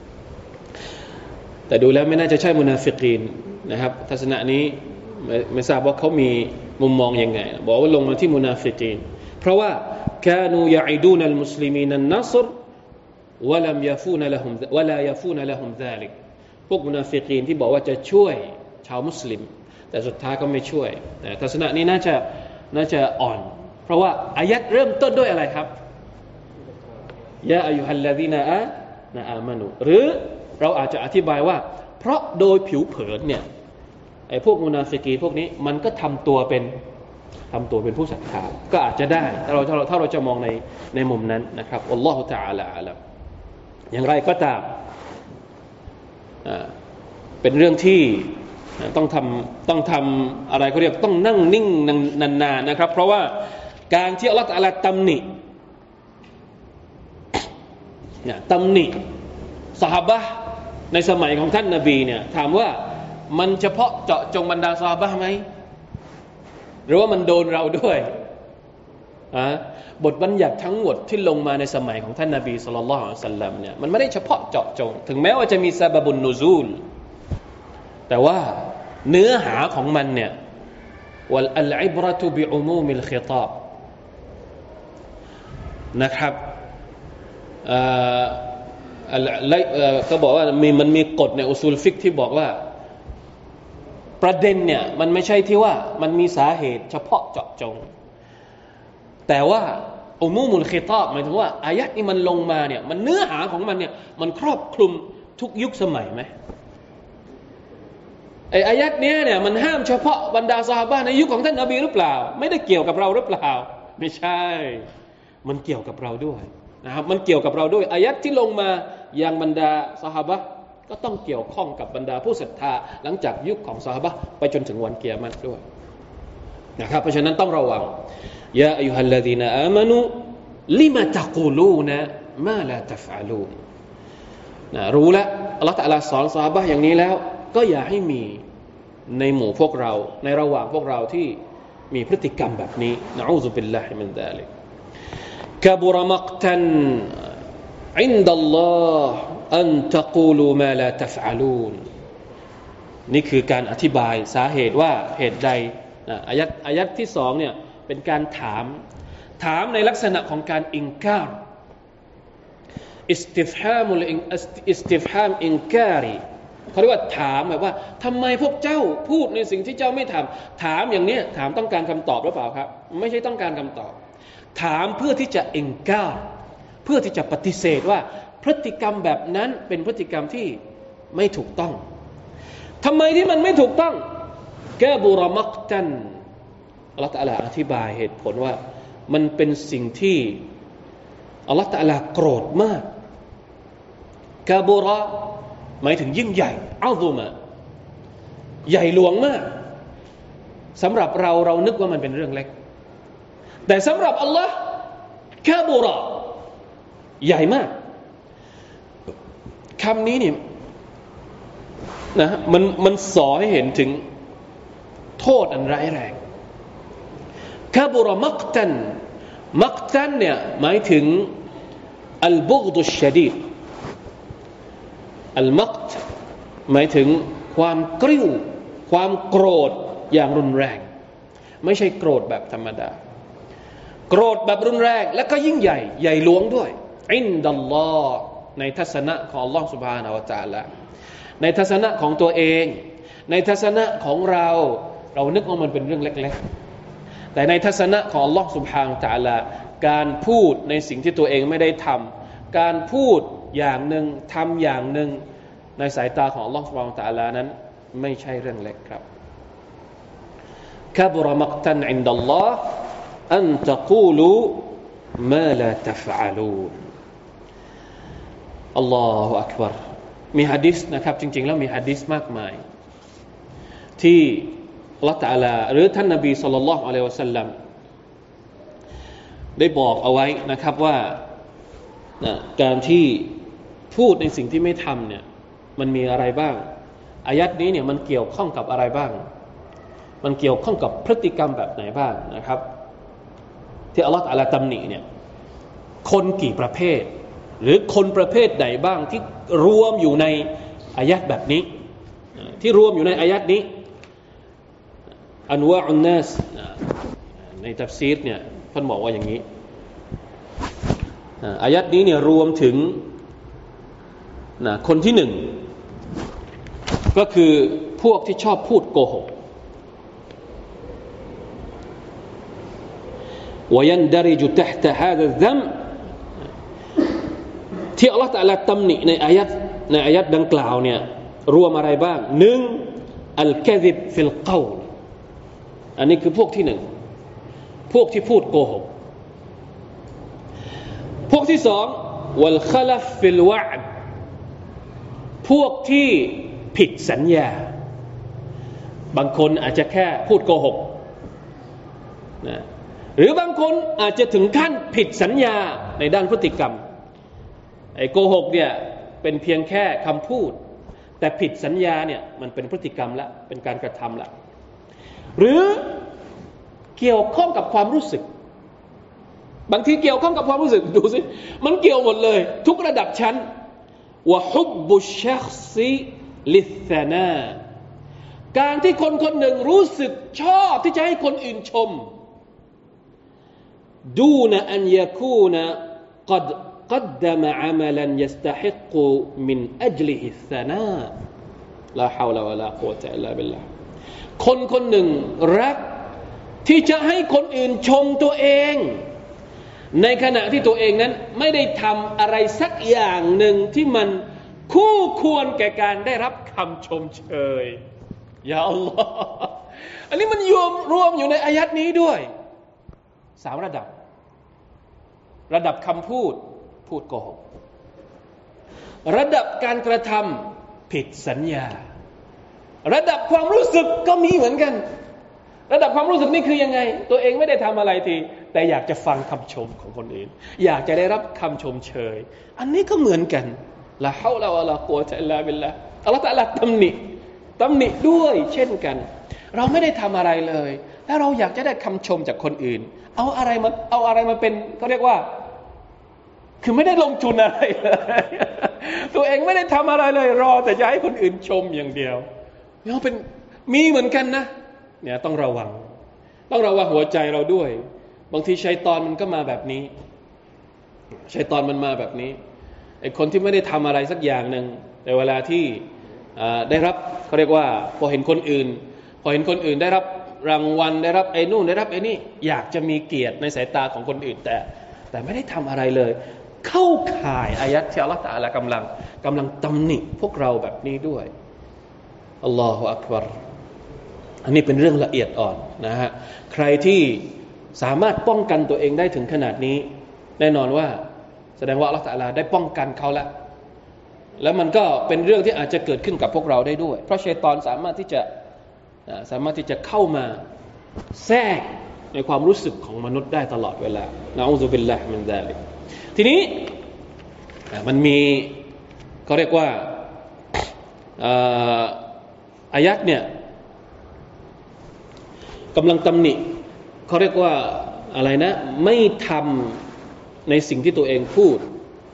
แต่ดูแล้วไม่น่าจะใช่มุนาฟิกีนนะครับทัศนะนี้ไม่ไม่ทราบว่าเขามีมุมมองยังไงบอกว่าลงมาที่มุนาฟิกีนเพราะว่า كانوا يعدون المسلمين النصر ولم يفون لهم ولا يفون لهم ذلك พวกมุนาฟิกีนที่บอกว่าจะช่วยชาวมุสลิมแต่สุดท้ายก็ไม่ช่วยแต่ทัศนะนี้น่าจะน่าจะอ่อนเพราะว่าอายัดเริ่มต้นด้วยอะไรครับยาอัยยูฮัลลซีนาอะนะอามานูหรือเราอาจจะอธิบายว่าเพราะโดยผิวเผินเนี่ยไอ้พวกมุนาฟิกีพวกนี้มันก็ทำตัวเป็นทำตัวเป็นผู้ศรัทธาก็อาจจะได้ถ้าเราถ้าเราถ้าเราจะมองในในมุมนั้นนะครับอัลลอฮฺตะอาลาอะลัมอย่างไรก็ตามอ่าเป็นเรื่องที่ต้องทำต้องทำอะไรเขาเรียกต้องนั่งนิ่งนานๆนะครับเพราะว่าการที่อัลลอฮฺตะอาลาตำหนิเนี่ยตำหนิซอฮาบะห์ในสมัยของท่านนบีเนี่ยถามว่ามันเฉพาะเจาะจงบรรดาซอฮาบะห์ไหมหรือว่ามันโดนเราด้วยอ่ะบทบัญญัติทั้งหมดที่ลงมาในสมัยของท่านนบีศ็อลลัลลอฮุอะลัยฮิวะซัลลัมเนี่ยมันไม่ได้เฉพาะเจาะจงถึงแม้ว่าจะมีซะบะบุนนุซูลแต่ว่าเนื้อหาของมันเนี่ยวัลอัลอิบเราะตุบิอุมูมิลคิฏาบนะครับเอ่อก็บอกว่ามีมันมีกฎในอุซูลฟิกที่บอกว่าประเด็นเนี่ยมันไม่ใช่ที่ว่ามันมีสาเหตุเฉพาะเจาะจงแต่ว่าอุมูมุลคิฏาบหมายถึงว่าอายะห์นี้มันลงมาเนี่ยมันเนื้อหาของมันเนี่ยมันครอบคลุมทุกยุคสมัยไหมไอ้อายะห์เนี้ยเนี่ยมันห้ามเฉพาะบรรดาซอฮาบะห์ในยุคของท่านนบีหรือเปล่าไม่ได้เกี่ยวกับเราหรือเปล่าไม่ใช่มันเกี่ยวกับเราด้วยนะครับมันเกี่ยวกับเราด้วยอายะห์ที่ลงมายังบรรดาซอฮาบะห์ก็ต้องเกี่ยวข้องกับบรรดาผู้ศรัทธาหลังจากยุคของซอฮาบะห์ไปจนถึงวันกิยามะฮ์ด้วยนะครับเพราะฉะนั้นต้องระวังยาอัยยูฮัลลซีนาอามานูลิมะตะกูลูนะมาลาตัฟอะลูนนะรู้แล้วอัลเลาะห์ตะอาลาสอนซอฮาบะห์อย่างนี้แล้วก็อย่าให้มีในหมู่พวกเราในระหว่างพวกเราที่มีพฤติกรรมแบบนี้นะอูซุบิลลาฮิมินซาลิกกะบุรมักตันอินดัลลอฮ์อันตะกูลูมาลาตัฟอะลูนนี่คือการอธิบายสาเหตุว่าเหตุใดนะอายัดอายัดที่สองเนี่ยเป็นการถามถามในลักษณะของการอิงการอิสติฟฮามุลอิสติฟฮามอิงการิเขาเรียกว่าถามแบบว่าทำไมพวกเจ้าพูดในสิ่งที่เจ้าไม่ทำถามอย่างเนี้ยถามต้องการคำตอบหรือเปล่าครับไม่ใช่ต้องการคำตอบถามเพื่อที่จะอิงการเพื่อที่จะปฏิเสธว่าพฤติกรรมแบบนั้นเป็นพฤติกรรมที่ไม่ถูกต้องทำไมที่มันไม่ถูกต้องกะบุรมักตันอัลเลาะห์ตะอาลาอธิบายเหตุผลว่ามันเป็นสิ่งที่อัลเลาะห์ตะอาลาโกรธมากกะบุรหมายถึงยิ่งใหญ่อัซุมะใหญ่หลวงมากสำหรับเราเรานึกว่ามันเป็นเรื่องเล็กแต่สำหรับอัลลอฮ์กะบุรใหญ่มากคำนี้เนี่ยนะมันมันสอนให้เห็นถึงโทษอันร้ายแรงกะบุรมักตันมักตันเนี่ยหมายถึงอัลบุฆดุชชะดีดอัลมักตหมายถึงความกริ้วความโกรธอย่างรุนแรงไม่ใช่โกรธแบบธรรมดาโกรธแบบรุนแรงและก็ยิ่งใหญ่ใหญ่หลวงด้วยอินดัลลอฮ์ในทัศนะของอัลลอฮ์ سبحانه และ تعالى ในทัศนะของตัวเองในทัศนะของเราเรานึกว่ามันเป็นเรื่องเล็กๆแต่ในทัศนะของอัลลอฮ์ سبحانه และ تعالى การพูดในสิ่งที่ตัวเองไม่ได้ทำการพูดอย่างหนึ่งทำอย่างหนึ่งในสายตาของอัลลอฮฺ سبحانه และ تعالى นั้นไม่ใช่เรื่องเล็กครับกะบุรมักตันอินดัลลอฮ์อันตะกูลูมาลาตัฟอะลูนอัลลอฮฺอักบัรมีหะดีษนะครับจริงๆแล้วมีหะดีษมากมายที่อัลเลาะห์ตะอาลาหรือท่านนบีศ็อลลัลลอฮุอะลัยฮิวะซัลลัมได้บอกเอาไว้นะครับว่านะการที่พูดในสิ่งที่ไม่ทำเนี่ยมันมีอะไรบ้างอายัดนี้เนี่ยมันเกี่ยวข้องกับอะไรบ้างมันเกี่ยวข้องกับพฤติกรรมแบบไหนบ้างนะครับที่อัลเลาะห์ตะอาลาตำหนิเนี่ยคนกี่ประเภทหรือคนประเภทไหนบ้างที่รวมอยู่ในอายัดแบบนี้ที่รวมอยู่ในอายัดนี้อันวาอุนนัสในตัฟซีรเนี่ยท่านบอกว่าอย่างนี้อายัดนี้เนี่ยรวมถึงนะคนที่หนึ่งก็คือพวกที่ชอบพูดโกหกويندرج تحت هذا الذنب ที่อัลเลาะห์ตะอาลาตำหนิในอายัดในอายัดดังกล่าวเนี่ยรวมอะไรบ้างหนึ่งอัลกะซิบฟิลกอลอันนี้คือพวกที่หนึ่งพวกที่พูดโกหกพวกที่สองวัลคอลัฟฟิลวะดพวกที่ผิดสัญญาบางคนอาจจะแค่พูดโกหกนะหรือบางคนอาจจะถึงขั้นผิดสัญญาในด้านพฤติกรรมไอ้โกหกเนี่ยเป็นเพียงแค่คำพูดแต่ผิดสัญญาเนี่ยมันเป็นพฤติกรรมละเป็นการกระทำละหรือเกี่ยวข้องกับความรู้สึกบางทีเกี่ยวข้องกับความรู้สึกดูสิมันเกี่ยวหมดเลยทุกระดับชั้นวะฮุบบุชชัคซิลิธนาการที่คนคนหนึ่งรู้สึกชอบที่จะให้คนอื่นชมดูนอันยาคูนกัดقدم عملا يستحق من أجله الثناء لا حول ولا قوة إلا بالله คนคนหนึ่งรักที่จะให้คนอื่นชมตัวเองในขณะที่ตัวเองนั้นไม่ได้ทำอะไรสักอย่างหนึ่งที่มันคู่ควรแก่การได้รับคำชมเชยยาอัลลอฮ์อันนี้มันรวมรวมอยู่ในอายัดนี้ด้วยสามระดับระดับคำพูดพูดโกหกระดับการกระทำผิดสัญญาระดับความรู้สึกก็มีเหมือนกันระดับความรู้สึกนี่คือยังไงตัวเองไม่ได้ทำอะไรทีแต่อยากจะฟังคำชมของคนอื่นอยากจะได้รับคำชมเชยอันนี้ก็เหมือนกันละฮาวลาวะลากุวะตะอิลลาบิลลาฮ์อัลเลาะห์ตะอาลาตำหนิตำหนิด้วยเช่นกันเราไม่ได้ทำอะไรเลยแล้วเราอยากจะได้คำชมจากคนอื่นเอาอะไรมาเอาอะไรมาเป็นเขาเรียกว่าคือไม่ได้ลงทุนอะไรเลยตัวเองไม่ได้ทำอะไรเลยรอแต่จะให้คนอื่นชมอย่างเดียวเนี่ยเป็นมีเหมือนกันนะเนี่ยต้องระวังต้องระวังหัวใจเราด้วยบางทีชัยฏอนมันก็มาแบบนี้ชัยฏอนมันมาแบบนี้ไอ้คนที่ไม่ได้ทำอะไรสักอย่างนึงแต่เวลาที่ได้รับเขาเรียกว่าพอเห็นคนอื่นพอเห็นคนอื่นได้รับรางวัลได้รับไอ้นู่นได้รับไอ้นี่อยากจะมีเกียรติในสายตาของคนอื่นแต่แต่ไม่ได้ทำอะไรเลยเข้าข่ายอายัดที่อัลเลาะห์ตะอาลากำลังกำลังตำหนิพวกเราแบบนี้ด้วยอัลลอฮฺอักบัรอันนี้เป็นเรื่องละเอียดอ่อนนะฮะใครที่สามารถป้องกันตัวเองได้ถึงขนาดนี้แน่นอนว่าแสดงว่าอัลเลาะห์ตะอาลาได้ป้องกันเขาแล้วแล้วมันก็เป็นเรื่องที่อาจจะเกิดขึ้นกับพวกเราได้ด้วยเพราะชัยฏอนสามารถที่จะสามารถที่จะเข้ามาแทรกในความรู้สึกของมนุษย์ได้ตลอดเวลานะอูซุบิลลาฮิมินซาลิกทีนี้มันมีเขาเรียกว่าอายัดเนี่ยกำลังตำหนิเขาเรียกว่าอะไรนะไม่ทำในสิ่งที่ตัวเองพูด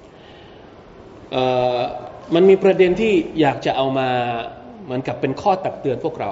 มันมีประเด็นที่อยากจะเอามาเหมือนกับเป็นข้อตักเตือนพวกเรา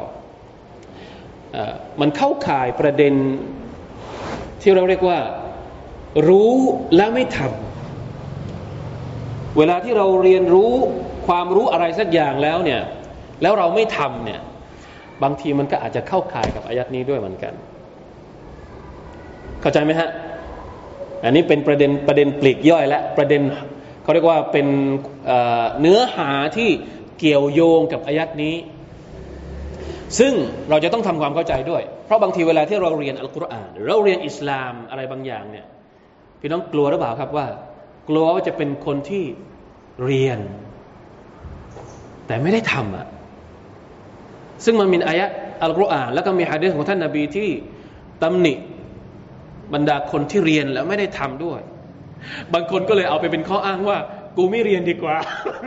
มันเข้าข่ายประเด็นที่เราเรียกว่ารู้และไม่ทำเวลาที่เราเรียนรู้ความรู้อะไรสักอย่างแล้วเนี่ยแล้วเราไม่ทำเนี่ยบางทีมันก็อาจจะเข้าข่ายกับอายัดนี้ด้วยเหมือนกันเข้าใจไหมฮะอันนี้เป็นประเด็นประเด็นปลีกย่อยและประเด็นเขาเรียกว่าเป็นเนื้อหาที่เกี่ยวโยงกับอายัดนี้ซึ่งเราจะต้องทำความเข้าใจด้วยเพราะบางทีเวลาที่เราเรียนอัลกุรอานหรือเราเรียนอิสลามอะไรบางอย่างเนี่ยพี่น้องกลัวหรือเปล่าครับว่ากลัวว่าจะเป็นคนที่เรียนแต่ไม่ได้ทำอ่ะซึ่งมันมีอายะห์อัลกุรอานแล้วก็มีหะดีษของท่านนบีที่ตำหนิบรรดาคนที่เรียนแล้วไม่ได้ทำด้วยบางคนก็เลยเอาไปเป็นข้ออ้างว่ากูไม่เรียนดีกว่า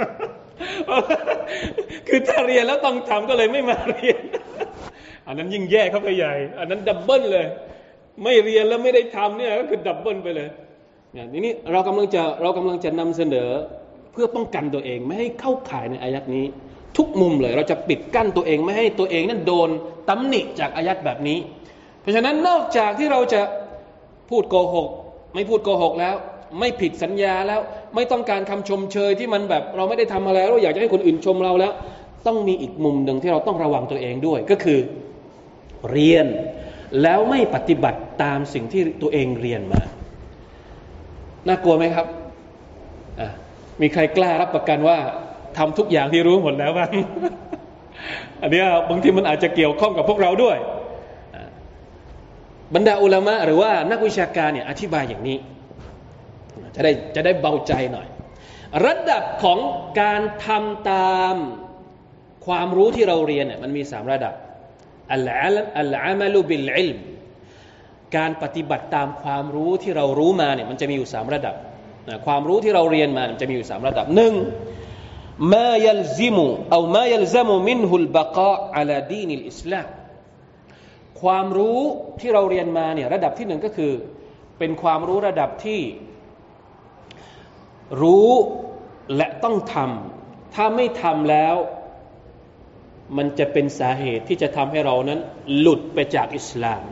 คือถ้าเรียนแล้วต้องทำก็เลยไม่มาเรียน อันนั้นยิ่งแย่เข้าไปใหญ่อันนั้นดับเบิลเลยไม่เรียนแล้วไม่ได้ทำเนี่ยก็คือดับเบิลไปเลยเนี่ยนี่เรากำลังจะเรากำลังจะนำเสนอเพื่อป้องกันตัวเองไม่ให้เข้าข่ายในอายัดนี้ทุกมุมเลยเราจะปิดกั้นตัวเองไม่ให้ตัวเองนั้นโดนตำหนิจากอายัดแบบนี้เพราะฉะนั้นนอกจากที่เราจะพูดโกหกไม่พูดโกหกแล้วไม่ผิดสัญญาแล้วไม่ต้องการคำชมเชยที่มันแบบเราไม่ได้ทำอะไรเราอยากจะให้คนอื่นชมเราแล้วต้องมีอีกมุมหนึ่งที่เราต้องระวังตัวเองด้วยก็คือเรียนแล้วไม่ปฏิบัติตามสิ่งที่ตัวเองเรียนมาน่ากลัวไหมครับอ่ะมีใครกล้ารับประกันว่าทำทุกอย่างที่รู้หมดแล้วบ้าง อันนี้บางทีมันอาจจะเกี่ยวข้องกับพวกเราด้วยบรรดาอุลามะหรือว่านักวิชาการเนี่ยอธิบายอย่างนี้จะได้จะได้เบาใจหน่อยระดับของการทำตามความรู้ที่เราเรียนเนี่ยมันมีสามระดับอัลอาลอัลอามัลุบิลอิลมการปฏิบัติตามความรู้ที่เรารู้มาเนี่ยมันจะมีอยู่สามระดับนะความรู้ที่เราเรียนมามันจะมีอยู่สามระดับหนึ่งมายัลซิมุเอามายัลซะมุมินฮุลบะกาอะลาดีนิลอิสลามความรู้ที่เราเรียนมาเนี่ยระดับที่หนึ่งก็คือเป็นความรู้ระดับที่รู้และต้องทำถ้าไม่ทำแล้วมันจะเป็นสาเหตุที่จะทำให้เรานั้นหลุดไปจากอิสลาม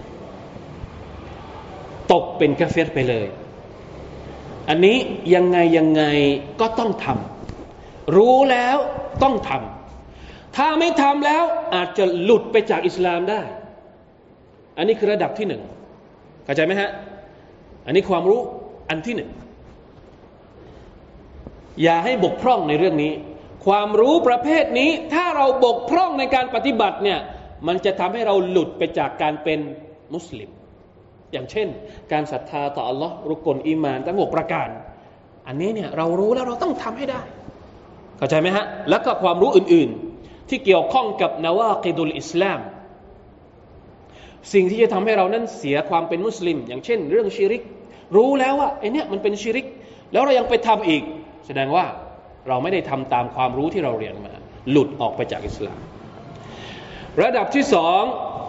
ตกเป็นกาเฟรไปเลยอันนี้ยังไงยังไงก็ต้องทำรู้แล้วต้องทำถ้าไม่ทำแล้วอาจจะหลุดไปจากอิสลามได้อันนี้คือระดับที่หนึ่งเข้าใจไหมฮะอันนี้ความรู้อันที่หนึ่งอย่าให้บกพร่องในเรื่องนี้ความรู้ประเภทนี้ถ้าเราบกพร่องในการปฏิบัติเนี่ยมันจะทำให้เราหลุดไปจากการเป็นมุสลิมอย่างเช่นการศรัทธาต่ออัลลอฮ์รุกลอีมานทั้งหกประการอันนี้เนี่ยเรารู้แล้วเราต้องทำให้ได้เข้าใจไหมฮะแล้วก็ความรู้อื่นๆที่เกี่ยวข้องกับนาวากิดุลอิสลามสิ่งที่จะทำให้เรานั้นเสียความเป็นมุสลิมอย่างเช่นเรื่องชิริกรู้แล้วว่าไอ้เนี่ยมันเป็นชิริกแล้วเรายังไปทำอีกแสดงว่าเราไม่ได้ทำตามความรู้ที่เราเรียนมาหลุดออกไปจากอิสลามระดับที่สอง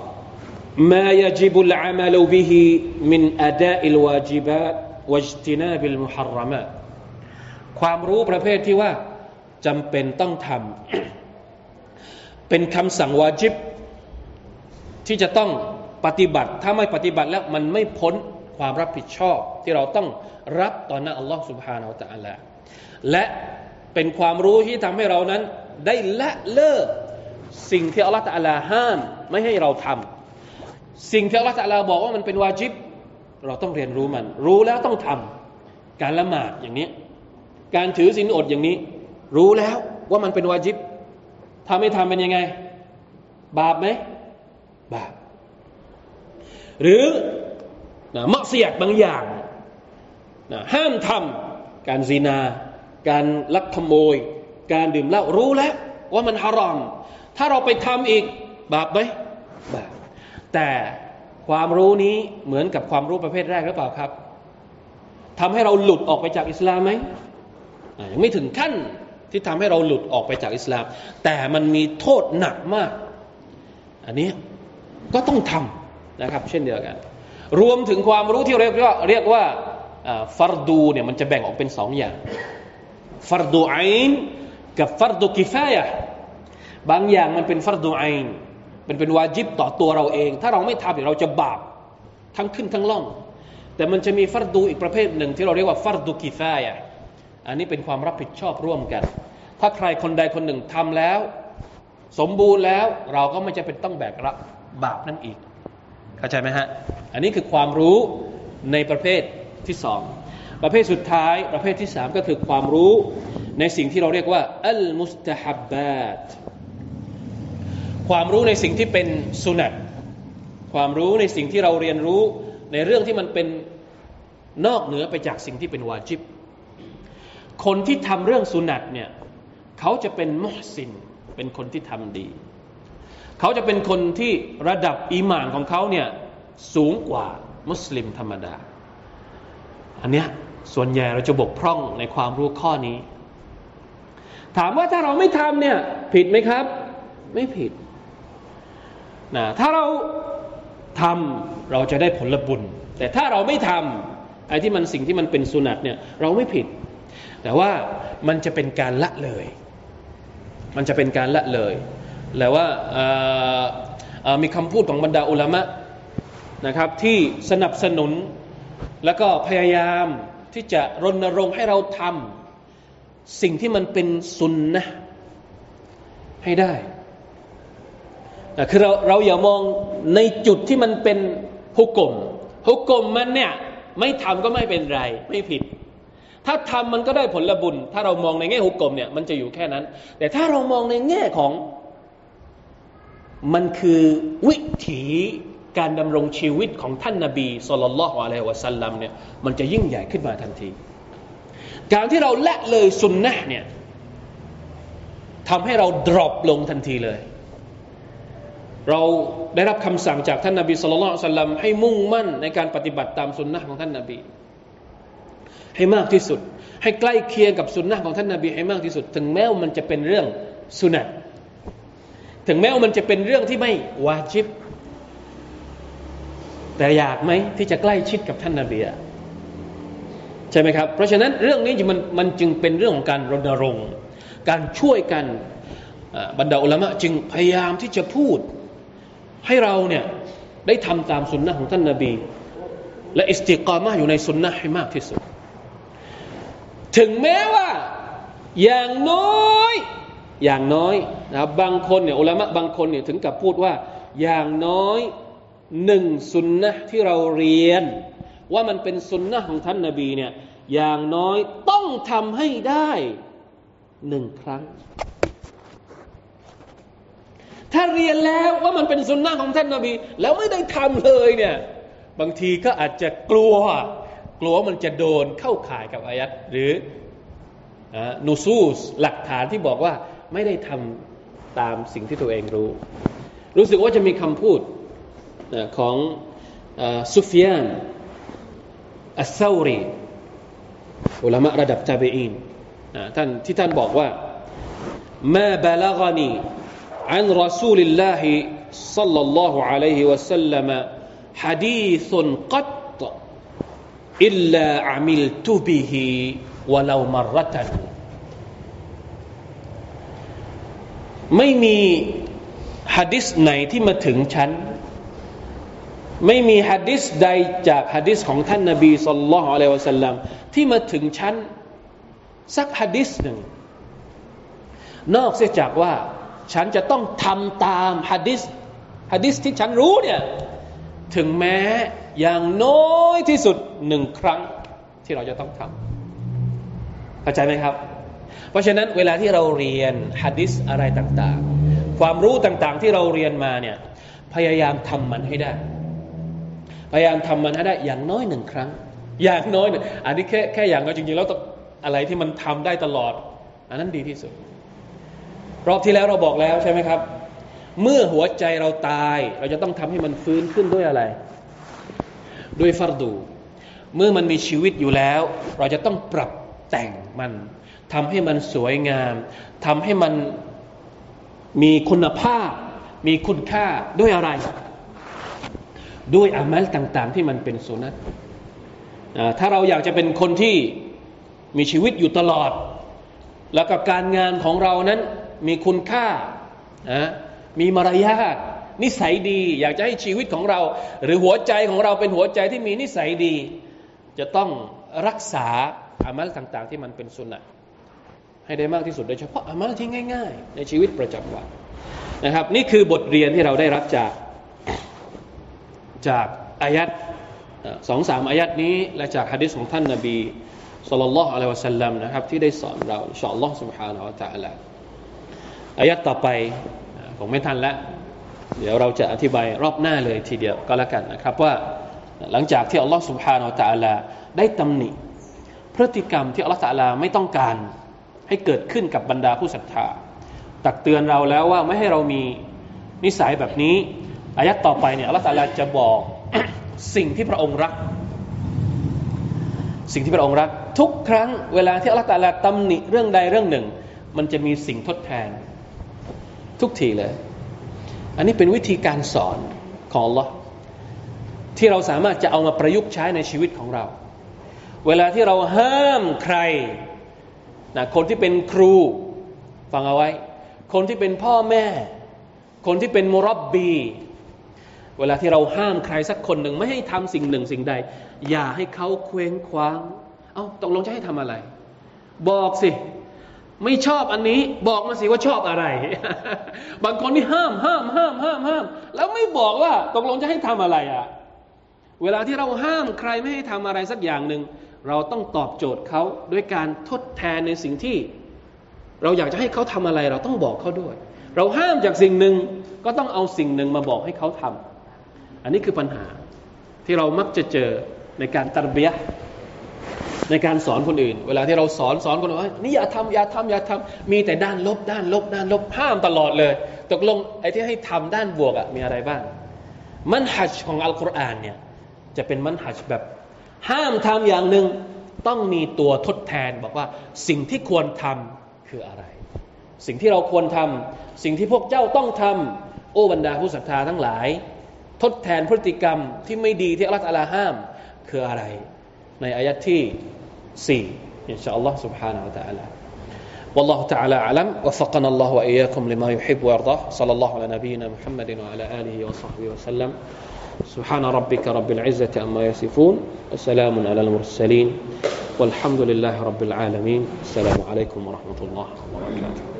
ما يجب العمل به من أداء الواجبات واجتناب المحرمات ความรู้ประเภทที่ว่าจำเป็นต้องทำเป็นคำสั่งวาญิบที่จะต้องปฏิบัติถ้าไม่ปฏิบัติแล้วมันไม่พ้นความรับผิดชอบที่เราต้องรับต่อหน้าอัลลอฮฺ سبحانه และ تعالى และเป็นความรู้ที่ทำให้เรานั้นได้ละเลิกสิ่งที่อัลลอฮฺ تعالى ห้ามไม่ให้เราทำสิ่งที่อัลลอฮฺ تعالى บอกว่ามันเป็นวาญิบเราต้องเรียนรู้มันรู้แล้วต้องทำการละหมาดอย่างนี้การถือศีลอดอย่างนี้รู้แล้วว่ามันเป็นวาญิบถ้าไม่ทำเป็นยังไงบาปไหมบาปหรือนะมักเสียดบางอย่างนะห้ามทำการซินาการลักขโมยการดื่มเหล้ารู้แล้วว่ามันฮารอมถ้าเราไปทำอีกบาปไหมบาปแต่ความรู้นี้เหมือนกับความรู้ประเภทแรกหรือเปล่าครับทำให้เราหลุดออกไปจากอิสลามไหมยังไม่ถึงขั้นที่ทำให้เราหลุดออกไปจากอิสลามแต่มันมีโทษหนักมากอันนี้ก็ต้องทำนะครับเช่นเดียวกันรวมถึงความรู้ที่เรียกว่าเรียกว่าฟัรดูเนี่ยมันจะแบ่งออกเป็นสองอย่างฟัรดูอินกับฟัรดูกิฟายะห์บางอย่างมันเป็นฟัรดูอินมันเป็นวาญิบต่อตัวเราเองถ้าเราไม่ทำเราจะบาปทั้งขึ้นทั้งล่องแต่มันจะมีฟัรดูอีกประเภทหนึ่งที่เราเรียกว่าฟัรดูกิฟายะห์อันนี้เป็นความรับผิดชอบร่วมกันถ้าใครคนใดคนหนึ่งทำแล้วสมบูรณ์แล้วเราก็ไม่จำเป็นต้องแบกรับบาปนั่นอีกเข้าใจไหมฮะอันนี้คือความรู้ในประเภทที่สองประเภทสุดท้ายประเภทที่สามก็คือความรู้ในสิ่งที่เราเรียกว่าอัลมุสตะฮับบาตความรู้ในสิ่งที่เป็นสุนัตความรู้ในสิ่งที่เราเรียนรู้ในเรื่องที่มันเป็นนอกเหนือไปจากสิ่งที่เป็นวาญิบคนที่ทำเรื่องสุนัตเนี่ยเขาจะเป็นมุหซินเป็นคนที่ทำดีเขาจะเป็นคนที่ระดับอีหม่านของเขาเนี่ยสูงกว่ามุสลิมธรรมดาอันเนี้ยส่วนใหญ่เราจะบกพร่องในความรู้ข้อนี้ถามว่าถ้าเราไม่ทำเนี่ยผิดไหมครับไม่ผิดนะถ้าเราทำเราจะได้ผลบุญแต่ถ้าเราไม่ทำไอ้ที่มันสิ่งที่มันเป็นสุนัตเนี่ยเราไม่ผิดแต่ว่ามันจะเป็นการละเลยมันจะเป็นการละเลยแล้วว่ามีคำพูดของบรรดาอุลามะนะครับที่สนับสนุนแล้วก็พยายามที่จะรณรงค์ให้เราทำสิ่งที่มันเป็นสุนนะห์ให้ได้คือเราเราอย่ามองในจุดที่มันเป็นฮุกมฮุกมมันเนี่ยไม่ทำก็ไม่เป็นไรไม่ผิดถ้าทำมันก็ได้ผลบุญถ้าเรามองในแง่ฮุกมเนี่ยมันจะอยู่แค่นั้นแต่ถ้าเรามองในแง่ของมันคือวิถีการดำรงชีวิตของท่านนบีศ็อลลัลลอฮุอะลัยฮิวะซัลลัมเนี่ยมันจะยิ่งใหญ่ขึ้นมาทันทีการที่เราละเลยสุนนะห์เนี่ยทำให้เราดรอปลงทันทีเลยเราได้รับคำสั่งจากท่านนบีศ็อลลัลลอฮุอะลัยฮิวะซัลลัมให้มุ่งมั่นในการปฏิบัติตามสุนนะห์ของท่านนบีให้มากที่สุดให้ใกล้เคียงกับสุนนะห์ของท่านนบีให้มากที่สุดถึงแม้ว่ามันจะเป็นเรื่องสุนัตถึงแม้ว่ามันจะเป็นเรื่องที่ไม่วาญิบแต่อยากไหมที่จะใกล้ชิดกับท่านนบีใช่ไหมครับเพราะฉะนั้นเรื่องนี้มันมันจึงเป็นเรื่องของการรณรงค์การช่วยกันบรรดาอุลามะจึงพยายามที่จะพูดให้เราเนี่ยได้ทำตามสุนนะของท่านนบีและอิสติกามะห์อยู่ในสุนนะให้มากที่สุดถึงแม้ว่าอย่างน้อยอย่างน้อยนะครับบางคนเนี่ยอุลามะบางคนเนี่ยถึงกับพูดว่าอย่างน้อยหนึ่งสุนนะที่เราเรียนว่ามันเป็นสุนนะของท่านนบีเนี่ยอย่างน้อยต้องทำให้ได้หนึ่งครั้งถ้าเรียนแล้วว่ามันเป็นสุนนะของท่านนบีแล้วไม่ได้ทำเลยเนี่ยบางทีก็อาจจะกลัวกลัวมันจะโดนเข้าข่ายกับอายัดหรือนูซูสหลักฐานที่บอกว่าไม่ได้ทำตามสิ่งที่ตัวเองรู้รู้สึกว่าจะมีคำพูดของซุฟยานอัสซาวรีอุลามะระดับตาบีอีนท่านที่ท่านบอกว่ามาบะลฆนีอันรอซูลิลลาฮิศ็อลลัลลอฮุอะลัยฮิวะซัลลัมหะดีษกัตอิลลาอะมิลตุบิฮิวะลามัรเราะตันไม่มีหะดีษไหนที่มาถึงฉันไม่มีหะดีษใดจากหะดีษของท่านนบีศ็อลลัลลอฮุอะลัยฮิวะซัลลัมที่มาถึงฉันสักหะดีษหนึ่งนอกเสียจากว่าฉันจะต้องทำตามหะดีษหะดีษที่ฉันรู้เนี่ยถึงแม้อย่างน้อยที่สุดหนึ่งครั้งที่เราจะต้องทำเข้าใจไหมครับเพราะฉะนั้นเวลาที่เราเรียนหะดีษอะไรต่างๆความรู้ต่างๆที่เราเรียนมาเนี่ยพยายามทำมันให้ได้พยายามทำมันให้ได้อย่างน้อยหนึ่งครั้งอย่างน้อยอันนี้แค่แค่อย่างน้อยจริงๆแล้วต้องอะไรที่มันทำได้ตลอดอันนั้นดีที่สุดรอบที่แล้วเราบอกแล้วใช่ไหมครับเมื่อหัวใจเราตายเราจะต้องทำให้มันฟื้นขึ้นด้วยอะไรด้วยฟัรดูเมื่อมันมีชีวิตอยู่แล้วเราจะต้องปรับแต่งมันทำให้มันสวยงามทำให้มันมีคุณภาพมีคุณค่าด้วยอะไรด้วยอามัลต่างๆที่มันเป็นสุนัตถ้าเราอยากจะเป็นคนที่มีชีวิตอยู่ตลอดแล้วก็การงานของเรานั้นมีคุณค่านะมีมารยาทนิสัยดีอยากจะให้ชีวิตของเราหรือหัวใจของเราเป็นหัวใจที่มีนิสัยดีจะต้องรักษาอามัลต่างๆที่มันเป็นสุนัตให้ได้มากที่สุดโดยเฉพาะอามัลที่ง่ายๆในชีวิตประจำวันนะครับนี่คือบทเรียนที่เราได้รับจากจากอายัดสองสามอายัดนี้และจากหะดีษของท่านนบีศ็อลลัลลอฮุอะลัยฮิวะซัลลัมนะครับที่ได้สอนเราอินชาอัลลอฮ์ سبحانه และ تعالى อายัดต่อไปผมไม่ทันแล้วเดี๋ยวเราจะอธิบายรอบหน้าเลยทีเดียวก็แล้วกันนะครับว่าหลังจากที่อัลลอฮ์ سبحانه และ تعالى ได้ตำหนิพฤติกรรมที่อัลเลาะห์ตะอาลาไม่ต้องการให้เกิดขึ้นกับบรรดาผู้ศรัทธาตักเตือนเราแล้วว่าไม่ให้เรามีนิสัยแบบนี้อายะห์ต่อไปเนี่ยอัลเลาะห์ตะอาลาจะบอก สิ่งที่พระองค์รักสิ่งที่พระองค์รักทุกครั้งเวลาที่อัลเลาะห์ตะอาลาตำหนิเรื่องใดเรื่องหนึ่งมันจะมีสิ่งทดแทนทุกทีเลยอันนี้เป็นวิธีการสอนของอัลเลาะห์ที่เราสามารถจะเอามาประยุกต์ใช้ในชีวิตของเราเวลาที่เราห้ามใครนะคนที่เป็นครูฟังเอาไว้คนที่เป็นพ่อแม่คนที่เป็นมุรับบีเวลาที่เราห้ามใครสักคนหนึ่งไม่ให้ทำสิ่งหนึ่งสิ่งใดอย่าให้เขาเคว้งคว้างเอ้าตกลงจะให้ทำอะไรบอกสิไม่ชอบอันนี้บอกมาสิว่าชอบอะไร บางคนนี่ห้ามห้ามห้ามห้ามห้ามแล้วไม่บอกว่าตกลงจะให้ทำอะไรอ่ะเวลาที่เราห้ามใครไม่ให้ทำอะไรสักอย่างหนึ่งเราต้องตอบโจทย์เขาด้วยการทดแทนในสิ่งที่เราอยากจะให้เขาทำอะไรเราต้องบอกเขาด้วยเราห้ามจากสิ่งหนึ่งก็ต้องเอาสิ่งหนึ่งมาบอกให้เขาทำอันนี้คือปัญหาที่เรามักจะเจอในการตัรบียะห์ในการสอนคนอื่นเวลาที่เราสอนสอนคนอื่นว่านี่อย่าทำอย่าทำอย่าทำมีแต่ด้านลบด้านลบด้านลบห้ามตลอดเลยตกลงไอ้ที่ให้ทำด้านบวกอ่ะมีอะไรบ้างมันฮัจญ์ของอัลกุรอานเนี่ยจะเป็นมันฮัจญ์แบบห้ามทำอย่างหนึ่งต้องมีตัวทดแทนบอกว่าสิ่งที่ควรทำคืออะไรสิ่งที่เราควรทำสิ่งที่พวกเจ้าต้องทำโอ้บรรดาผู้ศรัทธาทั้งหลายทดแทนพฤติกรรมที่ไม่ดีที่อัลเลาะห์ตะอาลาห้ามคืออะไรในอายะห์ที่สี่อินชาอัลลอฮ์ سبحانه และ تعالى والله تعالى أعلم وفقنا الله وإياكم لما يحب ويرضاه صلى الله على نبينا محمد وعلى آله وصحبه وسلم سبحان ربك رب العزة عما يصفون وسلام على المرسلين والحمد لله رب العالمين السلام عليكم ورحمة الله وبركاته